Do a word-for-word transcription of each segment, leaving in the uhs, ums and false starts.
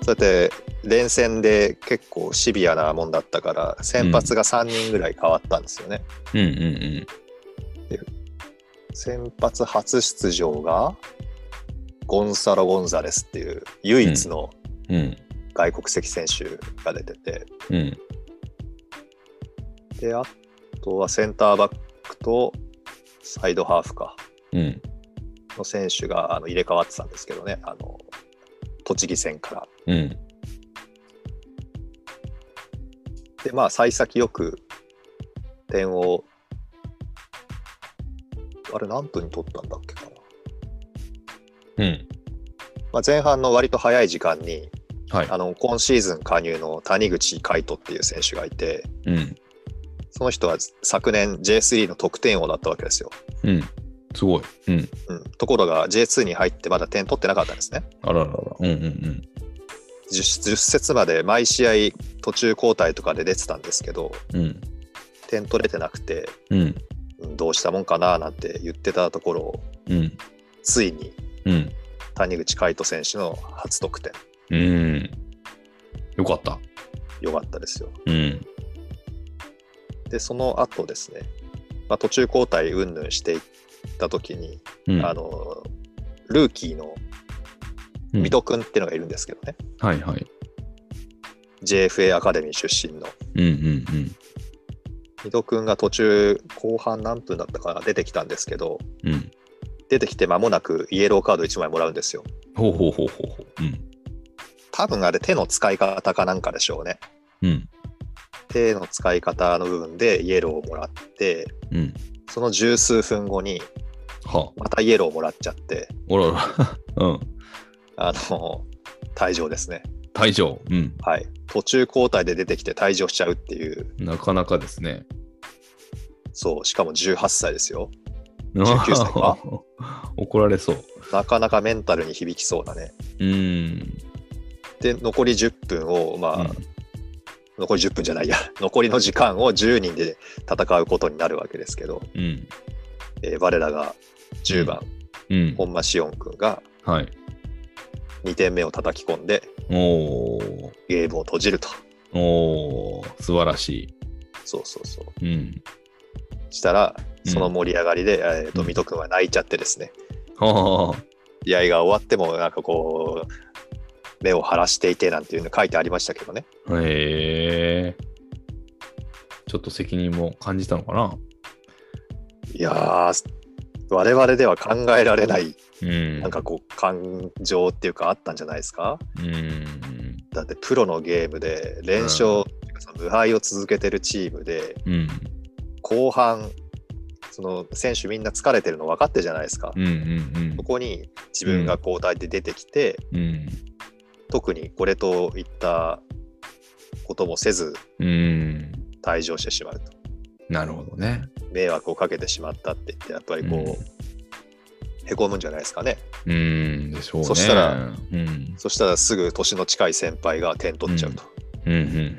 そうやって連戦で結構シビアなもんだったから先発がさんにんぐらい変わったんですよね。 うんうんうん。 で先発初出場がゴンサロ・ゴンザレスっていう唯一の外国籍選手が出てて、 うんうん、 であとはセンターバックとサイドハーフか、うん、の選手があの入れ替わってたんですけどね、あの栃木戦から、うん、でまあ幸先よく点をあれ何分に取ったんだっけかな、うんまあ、前半の割と早い時間に、はい、あの今シーズン加入の谷口海斗っていう選手がいて、うん、その人は昨年 ジェイスリー の得点王だったわけですよ。 うん、すごい、うんうん。ところが ジェイツー に入ってまだ点取ってなかったんですね。 あららら、うんうんうん。 10, 10節まで毎試合途中交代とかで出てたんですけど、うん、点取れてなくて、うん、どうしたもんかななんて言ってたところ、うん、ついに、うん、谷口海斗選手の初得点。 うん、よかった。 よかったですよ。うん、でその後ですね、まあ、途中交代云々していった時に、うん、あのルーキーの水戸くんっていうのがいるんですけどね、 うん、はいはいジェイエフエー アカデミー出身の、うんうんうん、水戸くんが途中後半何分だったかな出てきたんですけど、うん、出てきて間もなくイエローカードいちまいもらうんですよ。 ほうほうほうほうほう、うん、 多分あれ手の使い方かなんかでしょうね、うん、手の使い方の部分でイエローをもらって、うん、その十数分後にまたイエローをもらっちゃって、 はあ、うん、 あの退場ですね。 退場、うん、 はい。途中交代で出てきて退場しちゃうっていう。 なかなかですね。 そう、しかもじゅうはっさいですよ。じゅうきゅうさいか怒られそう。 なかなかメンタルに響きそうだね。 うん。 で残りじゅっぷんをまあ、うん、残りじゅっぷんじゃないや残りの時間をじゅうにんで戦うことになるわけですけど、うんえー、我らがじゅうばん、うん、本間紫音くんがにてんめを叩き込んで、はい、ゲームを閉じると。 おー、素晴らしい。 そうそうそう、うん、したらその盛り上がりで、うんえー、と水戸くんは泣いちゃってですね、うん、試合が終わってもなんかこう目を晴らしていてなんていうの書いてありましたけどね。 へえ。ちょっと責任も感じたのかな。 いやー我々では考えられない、うん、なんかこう感情っていうかあったんじゃないですか。うん、だってプロのゲームで連勝、うん、無敗を続けてるチームで、うん、後半その選手みんな疲れてるの分かってるじゃないですか、うんうんうん、そこに自分が交代で出てきて、うん、特にこれといったこともせず、うん、退場してしまうと。 なるほどね。 迷惑をかけてしまったって言ってやっぱりこう、うん、へこむんじゃないですかね。 うんでしょうね。 そしたら、うん、そしたらすぐ年の近い先輩が点取っちゃうと。うんうんうんうんうん、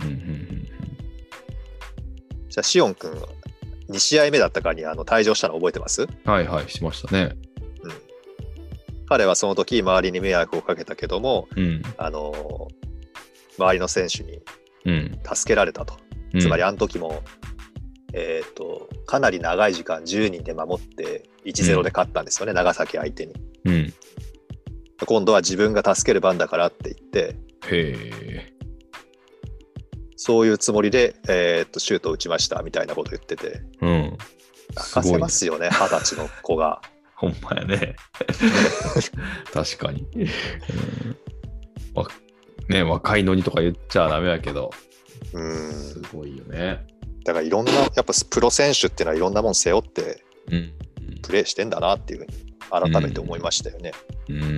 じゃあシオン君はに試合目だったかにあの退場したの覚えてます？ はいはいしましたね。 うん、彼はその時周りに迷惑をかけたけども、うん、あの周りの選手に助けられたと、うん、つまりあの時も、えー、とかなり長い時間じゅうにんで守って いちたいゼロ で勝ったんですよね、うん、長崎相手に、うん、今度は自分が助ける番だからって言って、へー、そういうつもりで、えー、とシュートを打ちましたみたいなこと言ってて、うん、泣かせますよね、二十歳の子が。 ほんまやね確かに、うんわね、若いのにとか言っちゃダメやけど、うん、すごいよね。 だからいろんなやっぱプロ選手っていうのはいろんなもん背負ってプレーしてんだなっていうふうに改めて思いましたよね。うん、うん、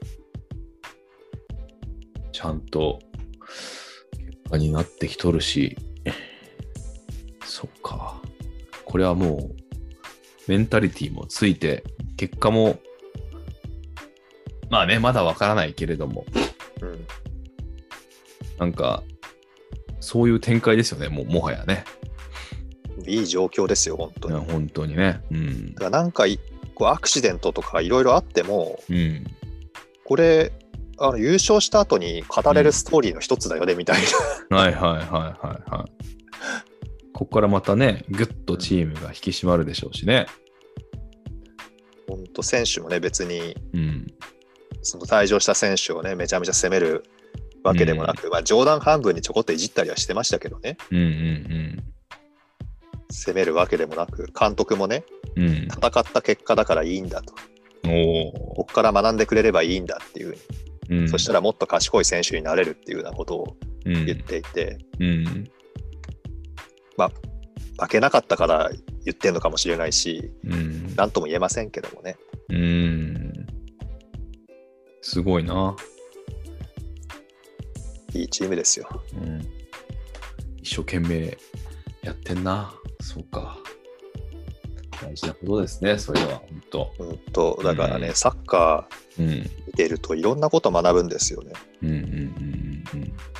ちゃんと結果になってきとるし、そっか、これはもうメンタリティもついて結果もまあねまだわからないけれども、うん、なんかそういう展開ですよね、もうもはやね。 いい状況ですよ本当に。 本当にね。うん、 だからなんかこうアクシデントとかいろいろあっても、うん、これあの優勝した後に語れるストーリーの一つだよね、うん、みたいな。はいはいはいはいはい。ここからまたね、ぐっとチームが引き締まるでしょうしね。 本当選手もね、別に、 うん、 その退場した選手をね、めちゃめちゃ攻めるわけでもなく、うん、まあ冗談半分にちょこっといじったりはしてましたけどね。 うんうんうん、 攻めるわけでもなく、監督もね、 うん、 戦った結果だからいいんだと。 おここから学んでくれればいいんだっていう、 うん、 そしたらもっと賢い選手になれるっていうようなことを言っていて、 うんうん、 まあ負けなかったから言ってるのかもしれないし、 うん、 なんとも言えませんけどもね。 うん、すごいな。 いいチームですよ。 うん、一生懸命やってんな。そうか。大事なことですね、それは本当。 本当だからね、うん、サッカー見てるといろんなこと学ぶんですよね。 うんうんうんうん、